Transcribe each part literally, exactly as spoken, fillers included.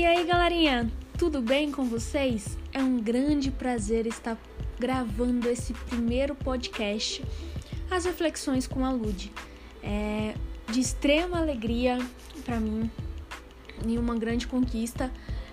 E aí, galerinha, tudo bem com vocês? É um grande prazer estar gravando esse primeiro podcast, As Reflexões com a Lud. É de extrema alegria para mim e uma grande conquista,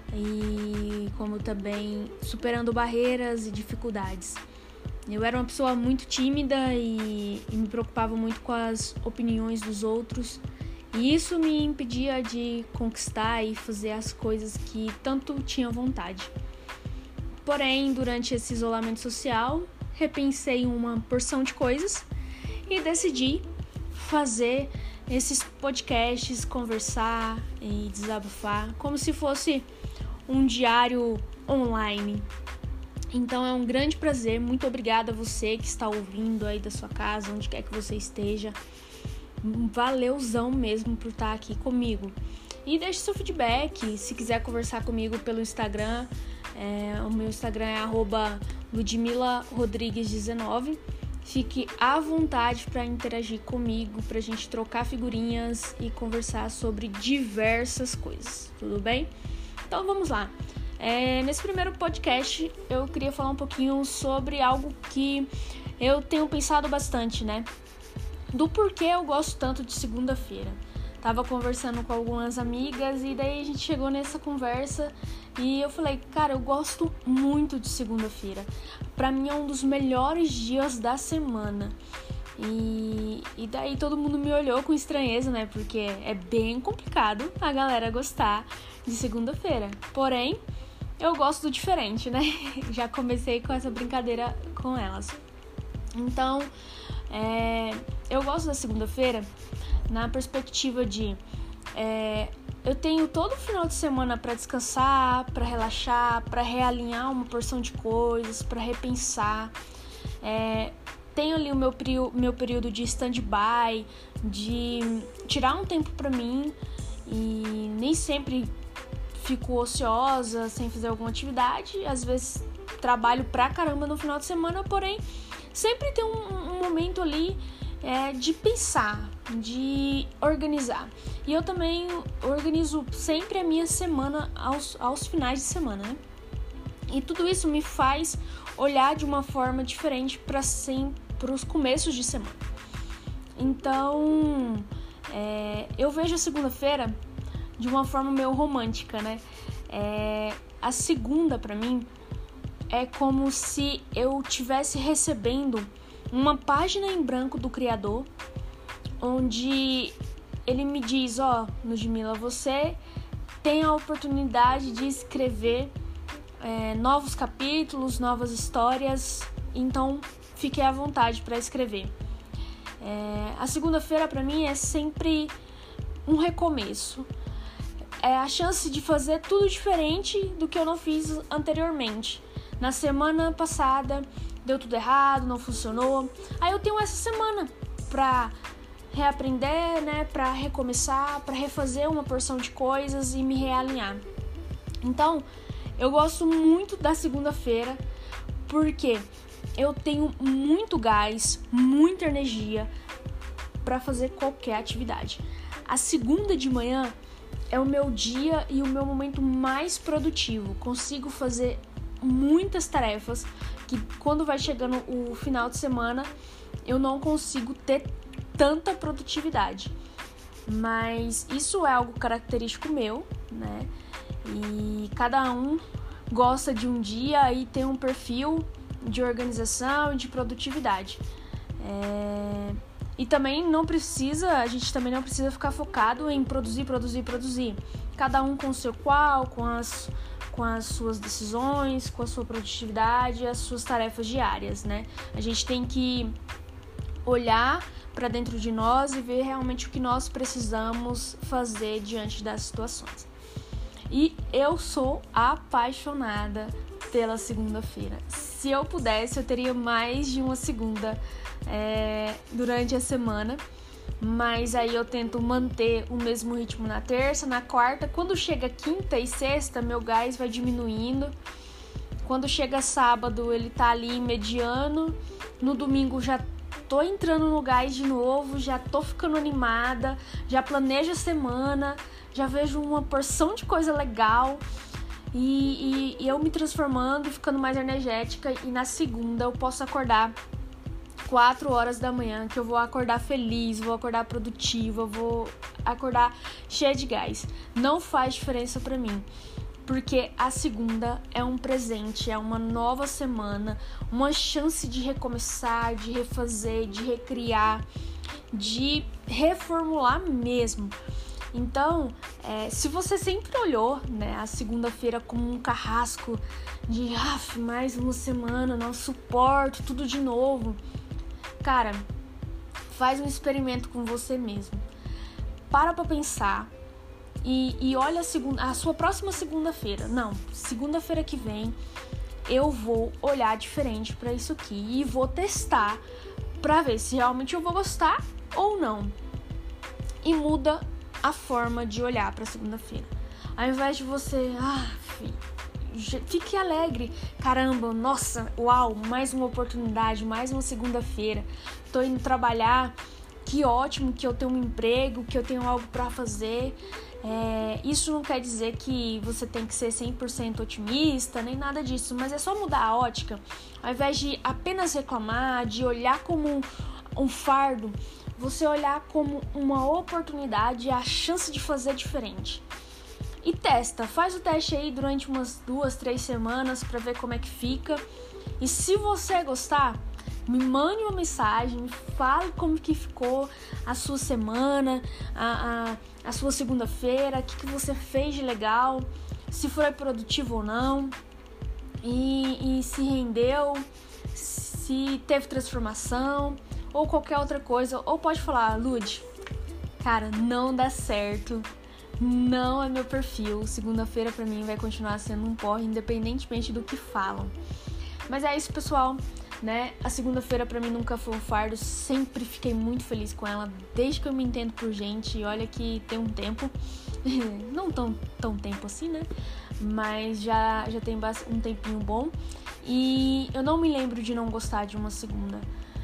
e como também superando barreiras e dificuldades. Eu era uma pessoa muito tímida e, e me preocupava muito com as opiniões dos outros, e isso me impedia de conquistar e fazer as coisas que tanto tinha vontade. Porém, durante esse isolamento social, repensei uma porção de coisas e decidi fazer esses podcasts, conversar e desabafar, como se fosse um diário online. Então é um grande prazer, muito obrigada a você que está ouvindo aí da sua casa, onde quer que você esteja. Valeuzão mesmo por estar aqui comigo. E deixe seu feedback, se quiser conversar comigo pelo Instagram, é, o meu Instagram é arroba ludmila rodrigues dezenove. Fique à vontade para interagir comigo, para a gente trocar figurinhas e conversar sobre diversas coisas, tudo bem? Então vamos lá. É, nesse primeiro podcast eu queria falar um pouquinho sobre algo que eu tenho pensado bastante, né? Do porquê eu gosto tanto de segunda-feira. Tava conversando com algumas amigas e daí a gente chegou nessa conversa e eu falei, cara, eu gosto muito de segunda-feira. Pra mim é um dos melhores dias da semana. E, e daí todo mundo me olhou com estranheza, né? Porque é bem complicado a galera gostar de segunda-feira. Porém, eu gosto do diferente, né? Já comecei com essa brincadeira com elas. Então, é, eu gosto da segunda-feira na perspectiva de é, eu tenho todo o final de semana para descansar, para relaxar, para realinhar uma porção de coisas, para repensar. É, tenho ali o meu, meu período de stand-by, de tirar um tempo para mim, e nem sempre fico ociosa sem fazer alguma atividade. Às vezes trabalho pra caramba no final de semana, porém sempre tem um, um momento ali é, de pensar, de organizar. E eu também organizo sempre a minha semana aos, aos finais de semana, né? E tudo isso me faz olhar de uma forma diferente para os começos de semana. Então, é, eu vejo a segunda-feira de uma forma meio romântica, né? É, a segunda, pra mim, é como se eu estivesse recebendo uma página em branco do Criador, onde ele me diz, ó, oh, Ludmila, você tem a oportunidade de escrever é, novos capítulos, novas histórias, então fique à vontade para escrever. É, a segunda-feira, pra mim, é sempre um recomeço. É a chance de fazer tudo diferente do que eu não fiz anteriormente. Na semana passada deu tudo errado, não funcionou. Aí eu tenho essa semana pra reaprender, né, pra recomeçar, pra refazer uma porção de coisas e me realinhar. Então, eu gosto muito da segunda-feira porque eu tenho muito gás, muita energia pra fazer qualquer atividade. A segunda de manhã é o meu dia e o meu momento mais produtivo. Consigo fazer muitas tarefas que, quando vai chegando o final de semana, eu não consigo ter tanta produtividade. Mas isso é algo característico meu, né? E cada um gosta de um dia e tem um perfil de organização e de produtividade. É... E também não precisa, a gente também não precisa ficar focado em produzir, produzir, produzir. Cada um com o seu qual, com as, com as suas decisões, com a sua produtividade, as suas tarefas diárias, né? A gente tem que olhar para dentro de nós e ver realmente o que nós precisamos fazer diante das situações. E eu sou apaixonada pela segunda-feira. Se eu pudesse, eu teria mais de uma segunda é, durante a semana, mas aí eu tento manter o mesmo ritmo na terça, na quarta. Quando chega quinta e sexta, meu gás vai diminuindo. Quando chega sábado, ele tá ali mediano. No domingo já tô entrando no gás de novo, já tô ficando animada, já planejo a semana, já vejo uma porção de coisa legal e, e, e eu me transformando e ficando mais energética. E na segunda eu posso acordar quatro horas da manhã, que eu vou acordar feliz, vou acordar produtiva, vou acordar cheia de gás. Não faz diferença pra mim, porque a segunda é um presente, é uma nova semana, uma chance de recomeçar, de refazer, de recriar, de reformular mesmo. Então, é, se você sempre olhou, né, a segunda-feira como um carrasco de ah, mais uma semana, não suporto, tudo de novo, cara, faz um experimento com você mesmo. Para pra pensar e, e olha a, segunda, a sua próxima segunda-feira. Não, segunda-feira que vem eu vou olhar diferente pra isso aqui e vou testar pra ver se realmente eu vou gostar ou não. E muda a forma de olhar pra segunda-feira. Ao invés de você, ah, filho, fique alegre, caramba, nossa, uau, mais uma oportunidade, mais uma segunda-feira, tô indo trabalhar, que ótimo que eu tenho um emprego, que eu tenho algo pra fazer. É, isso não quer dizer que você tem que ser cem por cento otimista, nem nada disso, mas é só mudar a ótica. Ao invés de apenas reclamar, de olhar como um, um fardo, você olhar como uma oportunidade, a chance de fazer diferente. E testa, faz o teste aí durante umas duas, três semanas para ver como é que fica. E se você gostar, me mande uma mensagem, me fale como que ficou a sua semana, a, a, a sua segunda-feira, o que, que você fez de legal, se foi produtivo ou não, e, e se rendeu, se teve transformação, ou qualquer outra coisa. Ou pode falar, Lud, cara, não dá certo. Não é meu perfil. Segunda-feira pra mim vai continuar sendo um porre, independentemente do que falam. Mas é isso, pessoal, né? A segunda-feira pra mim nunca foi um fardo. Sempre fiquei muito feliz com ela, desde que eu me entendo por gente. E olha que tem um tempo, não tão, tão tempo assim, né? Mas já, já tem um tempinho bom. E eu não me lembro de não gostar de uma segunda.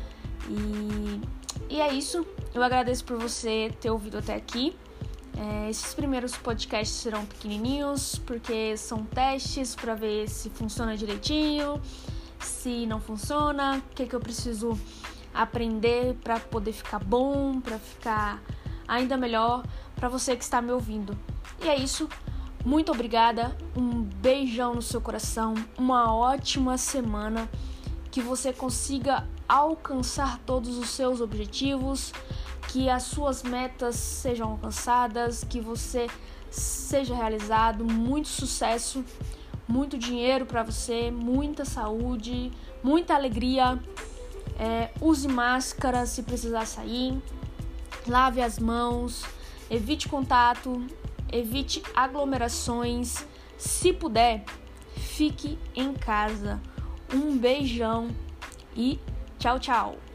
E, e é isso. Eu agradeço por você ter ouvido até aqui. É, esses primeiros podcasts serão pequenininhos, porque são testes para ver se funciona direitinho, se não funciona, o que, que eu preciso aprender para poder ficar bom, para ficar ainda melhor para você que está me ouvindo. E é isso, muito obrigada, um beijão no seu coração, uma ótima semana, que você consiga alcançar todos os seus objetivos, que as suas metas sejam alcançadas, que você seja realizado, muito sucesso, muito dinheiro para você, muita saúde, muita alegria. É, use máscara se precisar sair, lave as mãos, evite contato, evite aglomerações. Se puder, fique em casa. Um beijão e tchau, tchau!